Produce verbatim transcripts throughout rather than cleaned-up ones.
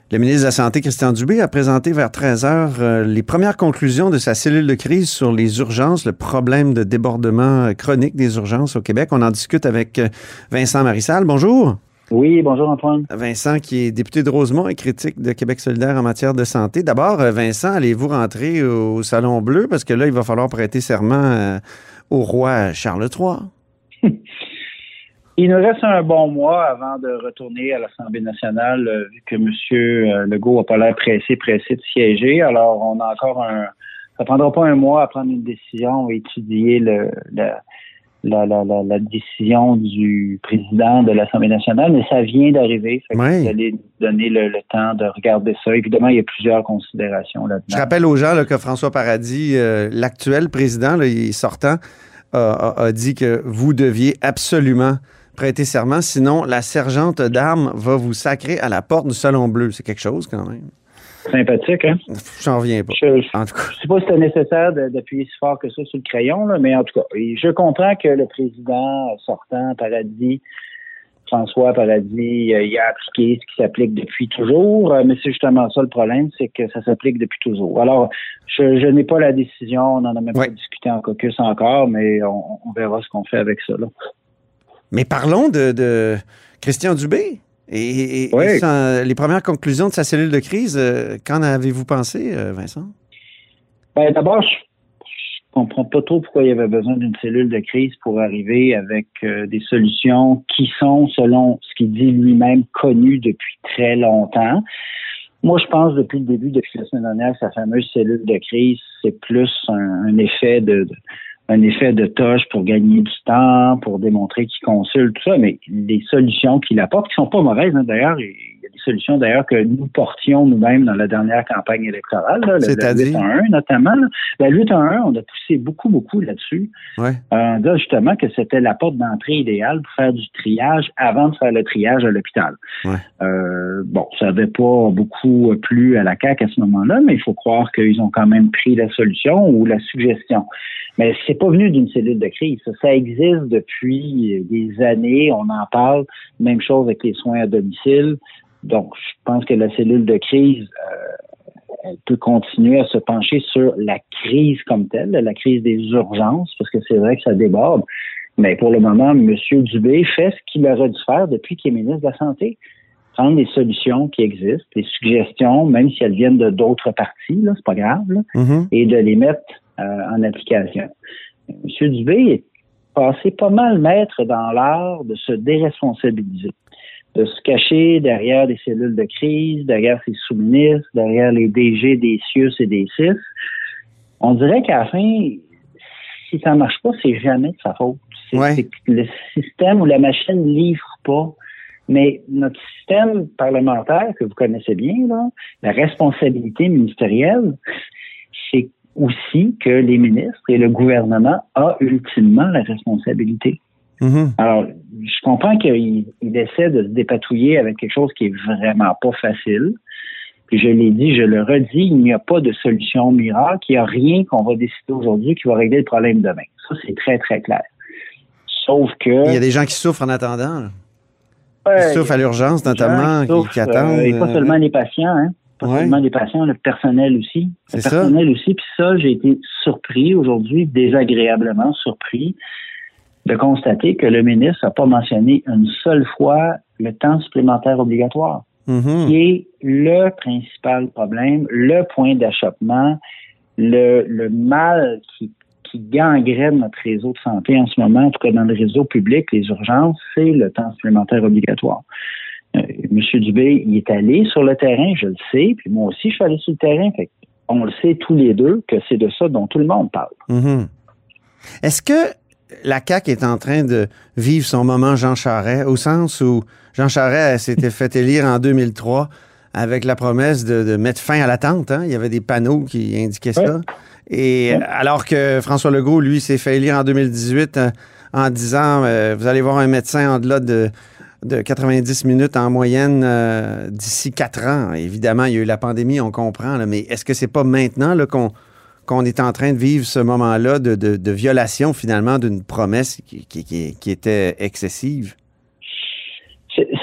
Le ministre de la Santé, Christian Dubé, a présenté vers treize heures euh, les premières conclusions de sa cellule de crise sur les urgences, le problème de débordement chronique des urgences au Québec. On en discute avec Vincent Marissal. Bonjour. Oui, bonjour Antoine. Vincent, qui est député de Rosemont et critique de Québec solidaire en matière de santé. D'abord, Vincent, allez-vous rentrer au Salon Bleu? Parce que là, il va falloir prêter serment euh, au roi Charles trois. Il nous reste un bon mois avant de retourner à l'Assemblée nationale, euh, vu que M. Legault n'a pas l'air pressé, pressé de siéger. Alors, on a encore un... Ça ne prendra pas un mois à prendre une décision et étudier le, la, la, la, la, la décision du président de l'Assemblée nationale, mais ça vient d'arriver. Fait que oui. Vous allez donner le, le temps de regarder ça. Évidemment, il y a plusieurs considérations là-dedans. Je rappelle aux gens là, que François Paradis, euh, l'actuel président, là, il est sortant, a, a, a dit que vous deviez absolument prêter serment, sinon la sergente d'armes va vous sacrer à la porte du Salon Bleu. C'est quelque chose, quand même. Sympathique, hein? J'en reviens pas. Je ne sais pas si c'était nécessaire de, d'appuyer si fort que ça sur le crayon, là, mais en tout cas, je comprends que le président sortant, Paradis, François Paradis, euh, il a appliqué ce qui s'applique depuis toujours, euh, mais c'est justement ça le problème, c'est que ça s'applique depuis toujours. Alors, je, je n'ai pas la décision, on n'en a même ouais. pas discuté en caucus encore, mais on, on verra ce qu'on fait avec ça, là. Mais parlons de, de Christian Dubé et, et, oui. et sans, les premières conclusions de sa cellule de crise. Euh, qu'en avez-vous pensé, euh, Vincent? Ben, d'abord, je ne comprends pas trop pourquoi il y avait besoin d'une cellule de crise pour arriver avec euh, des solutions qui sont, selon ce qu'il dit lui-même, connues depuis très longtemps. Moi, je pense depuis le début, depuis la semaine dernière, sa fameuse cellule de crise, c'est plus un, un effet de... de un effet de toche pour gagner du temps, pour démontrer qu'il consulte, tout ça, mais les solutions qu'il apporte, qui sont pas mauvaises, hein, d'ailleurs, il y a des solutions, d'ailleurs, que nous portions nous-mêmes dans la dernière campagne électorale, là, le, le huit un un, notamment. Là. Le huit un un, on a poussé beaucoup, beaucoup là-dessus, ouais. en disant justement que c'était la porte d'entrée idéale pour faire du triage avant de faire le triage à l'hôpital. Ouais. Euh, bon, ça n'avait pas beaucoup plu à la C A Q à ce moment-là, mais il faut croire qu'ils ont quand même pris la solution ou la suggestion. Mais c'est pas venu d'une cellule de crise. Ça, ça existe depuis des années. On en parle. Même chose avec les soins à domicile. Donc, je pense que la cellule de crise, euh, elle peut continuer à se pencher sur la crise comme telle, la crise des urgences, parce que c'est vrai que ça déborde. Mais pour le moment, M. Dubé fait ce qu'il aurait dû faire depuis qu'il est ministre de la Santé. Prendre des solutions qui existent, des suggestions, même si elles viennent de d'autres partis, là, c'est pas grave, là, mm-hmm. et de les mettre euh, en application. M. Dubé est passé pas mal maître dans l'art de se déresponsabiliser, de se cacher derrière des cellules de crise, derrière ses sous-ministres, derrière les D G des C I U S et des C I S. On dirait qu'à la fin, si ça marche pas, c'est jamais de sa faute. C'est, ouais. c'est que le système ou la machine ne livre pas. Mais notre système parlementaire, que vous connaissez bien, là, la responsabilité ministérielle, c'est aussi que les ministres et le gouvernement ont ultimement la responsabilité. Mm-hmm. Alors, je comprends qu'il il essaie de se dépatouiller avec quelque chose qui est vraiment pas facile. Puis je l'ai dit, je le redis, il n'y a pas de solution miracle, il n'y a rien qu'on va décider aujourd'hui qui va régler le problème demain. Ça, c'est très, très clair. Sauf que... Il y a des gens qui souffrent en attendant, là. Ouais, qui souffrent à l'urgence, notamment, qui, souffrent, qui attendent. Euh, et pas seulement les patients, hein. Pas ouais. seulement les patients, le personnel aussi. C'est le personnel ça. aussi. Puis ça, j'ai été surpris aujourd'hui, désagréablement surpris, de constater que le ministre n'a pas mentionné une seule fois le temps supplémentaire obligatoire, mm-hmm. qui est le principal problème, le point d'achoppement, le, le mal qui qui gangrène notre réseau de santé en ce moment, en tout cas dans le réseau public, les urgences, c'est le temps supplémentaire obligatoire. Euh, M. Dubé, il est allé sur le terrain, je le sais, puis moi aussi, je suis allé sur le terrain. Fait on le sait tous les deux que c'est de ça dont tout le monde parle. Mm-hmm. Est-ce que la C A Q est en train de vivre son moment Jean Charest, au sens où Jean Charest s'était fait élire en deux mille trois avec la promesse de, de mettre fin à l'attente, hein? Il y avait des panneaux qui indiquaient ça. Ouais. Et ouais. alors que François Legault, lui, s'est fait élire en deux mille dix-huit euh, en disant euh, vous allez voir un médecin en delà de, de quatre-vingt-dix minutes en moyenne euh, d'ici quatre ans. Évidemment, il y a eu la pandémie, on comprend, là, mais est-ce que c'est pas maintenant là, qu'on, qu'on est en train de vivre ce moment-là de, de, de violation, finalement, d'une promesse qui, qui, qui, qui était excessive? C'est,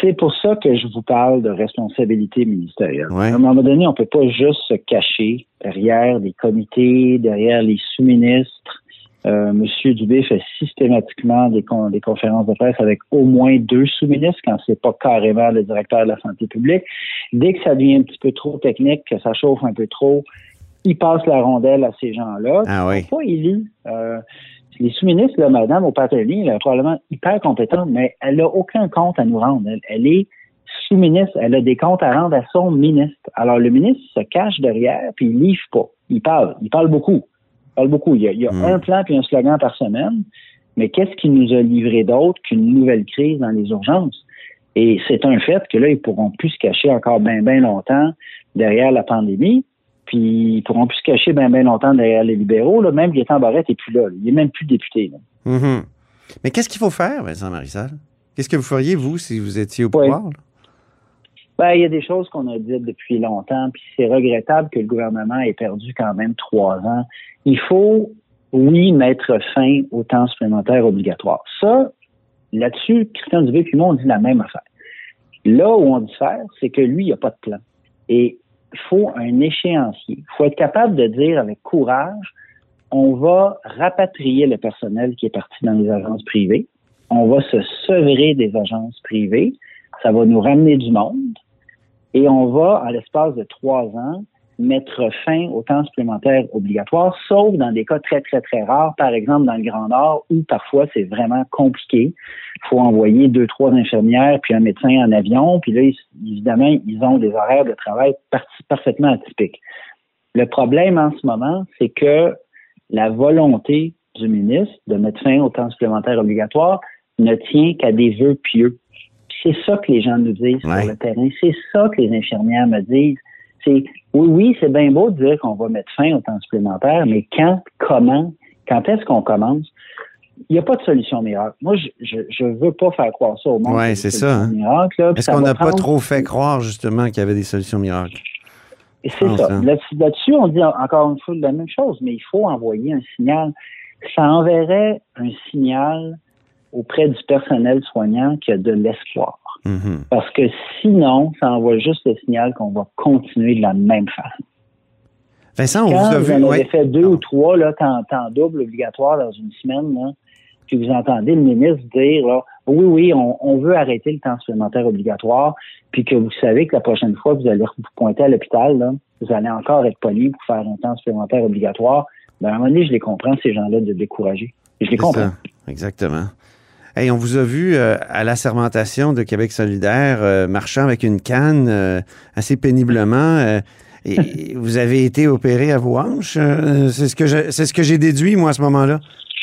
c'est pour ça que je vous parle de responsabilité ministérielle. Ouais. À un moment donné, on ne peut pas juste se cacher derrière des comités, derrière les sous-ministres. Euh, Monsieur Dubé fait systématiquement des, con- des conférences de presse avec au moins deux sous-ministres quand c'est pas carrément le directeur de la santé publique. Dès que ça devient un petit peu trop technique, que ça chauffe un peu trop, il passe la rondelle à ces gens-là. Ah Ils oui. sont pas élus. Euh, les sous-ministres, là, Madame O'Patterney, elle est probablement hyper compétente, mais elle n'a aucun compte à nous rendre. Elle, elle est sous-ministre, elle a des comptes à rendre à son ministre. Alors, le ministre se cache derrière, puis il livre pas. Il parle. Il parle beaucoup. Il parle beaucoup. Il y a, il y a Mm. un plan puis un slogan par semaine, mais qu'est-ce qu'il nous a livré d'autre qu'une nouvelle crise dans les urgences? Et c'est un fait que là, ils pourront plus se cacher encore bien, bien longtemps derrière la pandémie. Puis ils pourront plus se cacher bien, bien longtemps derrière les libéraux. Là. Même Gaétan Barrette n'est plus là, là. Il n'est même plus député. Là. Mm-hmm. Mais qu'est-ce qu'il faut faire, Vincent Marissal? Qu'est-ce que vous feriez, vous, si vous étiez au Ouais. pouvoir? là? Ben, il y a des choses qu'on a dites depuis longtemps, puis c'est regrettable que le gouvernement ait perdu quand même trois ans. Il faut, oui, mettre fin au temps supplémentaire obligatoire. Ça, là-dessus, Christian Dubé puis moi, on dit la même affaire. Là où on diffère, c'est que lui, il n'y a pas de plan. Et il faut un échéancier. Il faut être capable de dire avec courage, on va rapatrier le personnel qui est parti dans les agences privées. On va se sevrer des agences privées. Ça va nous ramener du monde. Et on va, en l'espace de trois ans, mettre fin au temps supplémentaire obligatoire, sauf dans des cas très, très, très rares, par exemple dans le Grand Nord, où parfois c'est vraiment compliqué. Il faut envoyer deux, trois infirmières puis un médecin en avion, puis là, ils, évidemment, ils ont des horaires de travail par- parfaitement atypiques. Le problème en ce moment, c'est que la volonté du ministre de mettre fin au temps supplémentaire obligatoire ne tient qu'à des vœux pieux. C'est ça que les gens nous disent Ouais. sur le terrain. C'est ça que les infirmières me disent. C'est oui, oui, c'est bien beau de dire qu'on va mettre fin au temps supplémentaire, mais quand, comment, quand est-ce qu'on commence? Il n'y a pas de solution miracle. Moi, je je, je veux pas faire croire ça au monde. Ouais, qu'il y a c'est des ça, solutions hein. miracles, là, puis Est-ce ça qu'on va n'a pas prendre- trop fait croire, justement, qu'il y avait des solutions miracles? Et c'est pense, ça. hein. Là- Là-dessus, on dit encore une fois la même chose, mais il faut envoyer un signal. Ça enverrait un signal auprès du personnel soignant qui a de l'espoir. Mhm. Parce que sinon, ça envoie juste le signal qu'on va continuer de la même façon. Vincent, on Quand vous a vous vu... en ouais. avez fait deux Ah. ou trois, là, temps, temps double obligatoire dans une semaine, là, puis vous entendez le ministre dire, là, oui, oui, on, on veut arrêter le temps supplémentaire obligatoire, puis que vous savez que la prochaine fois que vous allez vous pointer à l'hôpital, là, vous allez encore être poli pour faire un temps supplémentaire obligatoire, ben, à un moment donné, je les comprends, ces gens-là, de décourager. Je les C'est comprends. ça, exactement. Hey, on vous a vu euh, à l'assermentation de Québec solidaire euh, marchant avec une canne euh, assez péniblement. euh, et vous avez été opéré à vos hanches. euh, c'est ce que je- c'est ce que j'ai déduit, moi, à ce moment-là.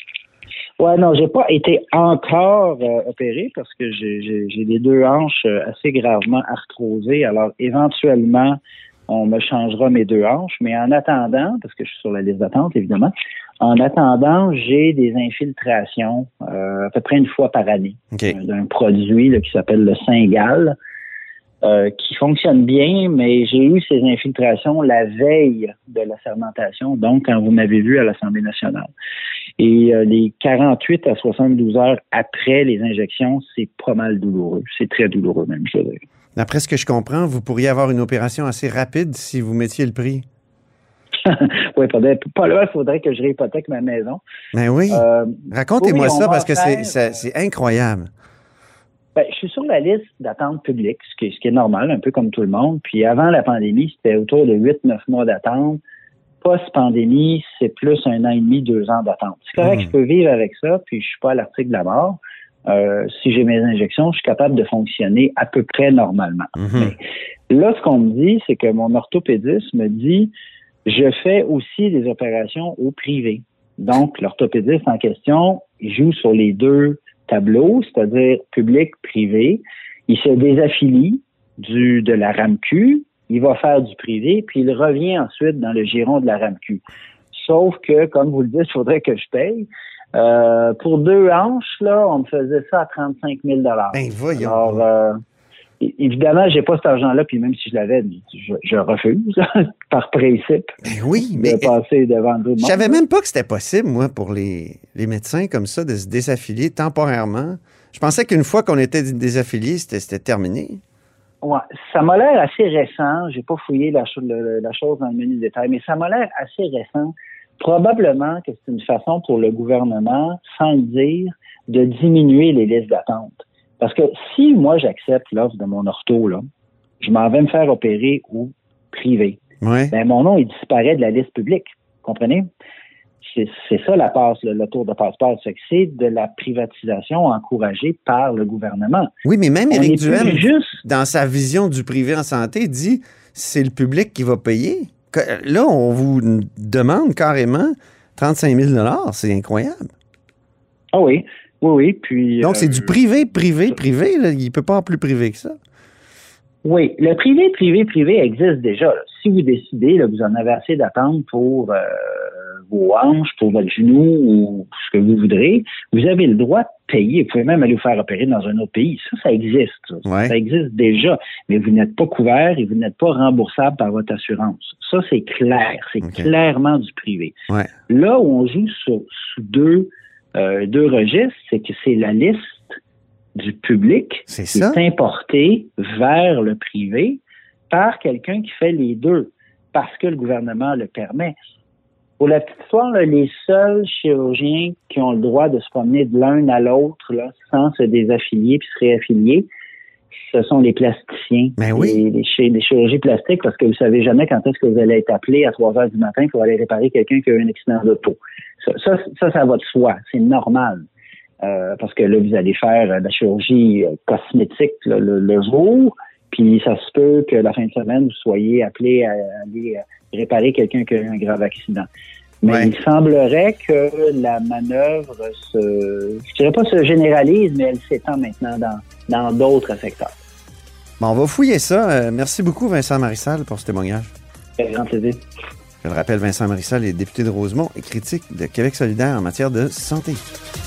Ouais, non, j'ai pas été encore euh, opéré parce que j'ai, j'ai, j'ai les deux hanches euh, assez gravement arthrosées. Alors, éventuellement, on me changera mes deux hanches. Mais en attendant, parce que je suis sur la liste d'attente, évidemment, en attendant, j'ai des infiltrations euh, à peu près une fois par année OK. euh, d'un produit là, qui s'appelle le Cingal, euh, qui fonctionne bien, mais j'ai eu ces infiltrations la veille de la fermentation, donc quand vous m'avez vu à l'Assemblée nationale. Et euh, les quarante-huit à soixante-douze heures après les injections, c'est pas mal douloureux. C'est très douloureux même, je veux dire. D'après ce que je comprends, vous pourriez avoir une opération assez rapide si vous mettiez le prix. Oui, pas là, il faudrait que je réhypothèque ma maison. Ben oui. Euh, Racontez-moi oui, on ça va parce que c'est, faire, c'est, euh, c'est incroyable. Ben, je suis sur la liste d'attente publique, ce qui, est, ce qui est normal, un peu comme tout le monde. Puis avant la pandémie, c'était autour de huit neuf mois d'attente. Post-pandémie, c'est plus un an et demi, deux ans d'attente. C'est correct, Mmh. je peux vivre avec ça, puis je suis pas à l'article de la mort. Euh, si j'ai mes injections, je suis capable de fonctionner à peu près normalement. Mhm. Mais là, ce qu'on me dit, c'est que mon orthopédiste me dit, je fais aussi des opérations au privé. Donc, l'orthopédiste en question, il joue sur les deux tableaux, c'est-à-dire public-privé. Il se désaffilie du, de la RAMQ, il va faire du privé, puis il revient ensuite dans le giron de la RAMQ. Sauf que, comme vous le dites, il faudrait que je paye. Euh, pour deux hanches, là, on me faisait ça à trente-cinq mille dollars. Ben voyons. Alors, euh, é- évidemment, j'ai pas cet argent-là, puis même si je l'avais, je, je refuse, par principe, Ben oui, mais de passer devant deux je monde. savais même pas que c'était possible, moi, pour les, les médecins comme ça, de se désaffilier temporairement Je pensais qu'une fois qu'on était désaffilié, c'était, c'était terminé. Ouais, ça m'a l'air assez récent. J'ai pas fouillé la, cho- le, la chose dans le menu détail, mais ça m'a l'air assez récent. Probablement que c'est une façon pour le gouvernement, sans le dire, de diminuer les listes d'attente. Parce que si moi j'accepte l'offre de mon ortho, là, je m'en vais me faire opérer au privé. Ouais. Ben, mon nom, il disparaît de la liste publique. Comprenez? C'est, c'est ça la passe, le, le tour de passe-passe. C'est que c'est de la privatisation encouragée par le gouvernement. Oui, mais même On Éric est Duhem, plus juste... dans sa vision du privé en santé, dit c'est le public qui va payer. Que- Là, on vous demande carrément trente-cinq mille dollars. C'est incroyable. Ah oui, oui, oui. Puis, Donc, c'est euh, du privé, privé, privé. Là. Il ne peut pas avoir plus privé que ça. Oui, le privé, privé, privé existe déjà. Là. Si vous décidez, là, vous en avez assez d'attente pour euh, vos hanches, pour votre genou ou ce que vous voudrez, vous avez le droit de payer. Vous pouvez même aller vous faire opérer dans un autre pays. Ça, ça existe. Ça, Ouais. ça existe déjà. Mais vous n'êtes pas couvert et vous n'êtes pas remboursable par votre assurance. Ça, c'est clair. C'est Okay. clairement du privé. Ouais. Là où on joue sur, sous deux, euh, deux registres, c'est que c'est la liste du public C'est qui ça. est importé vers le privé par quelqu'un qui fait les deux, parce que le gouvernement le permet. Pour la petite histoire, là, les seuls chirurgiens qui ont le droit de se promener de l'un à l'autre là, sans se désaffilier puis se réaffilier, ce sont les plasticiens, Ben oui. les, les, chi- les chirurgies plastiques, parce que vous savez jamais quand est-ce que vous allez être appelé à trois heures du matin pour aller réparer quelqu'un qui a eu un accident d'auto. Ça, ça, ça, ça va de soi, c'est normal. Euh, parce que là, vous allez faire euh, de la chirurgie euh, cosmétique là, le, le jour, puis ça se peut que la fin de semaine, vous soyez appelé à, aller euh, réparer quelqu'un qui a eu un grave accident. Mais Ouais. il semblerait que la manœuvre se, je dirais pas se généralise, mais elle s'étend maintenant dans dans d'autres secteurs. Bon, on va fouiller ça. Euh, merci beaucoup, Vincent Marissal, pour ce témoignage. Avec grand plaisir. Je le rappelle, Vincent Marissal est député de Rosemont et critique de Québec solidaire en matière de santé.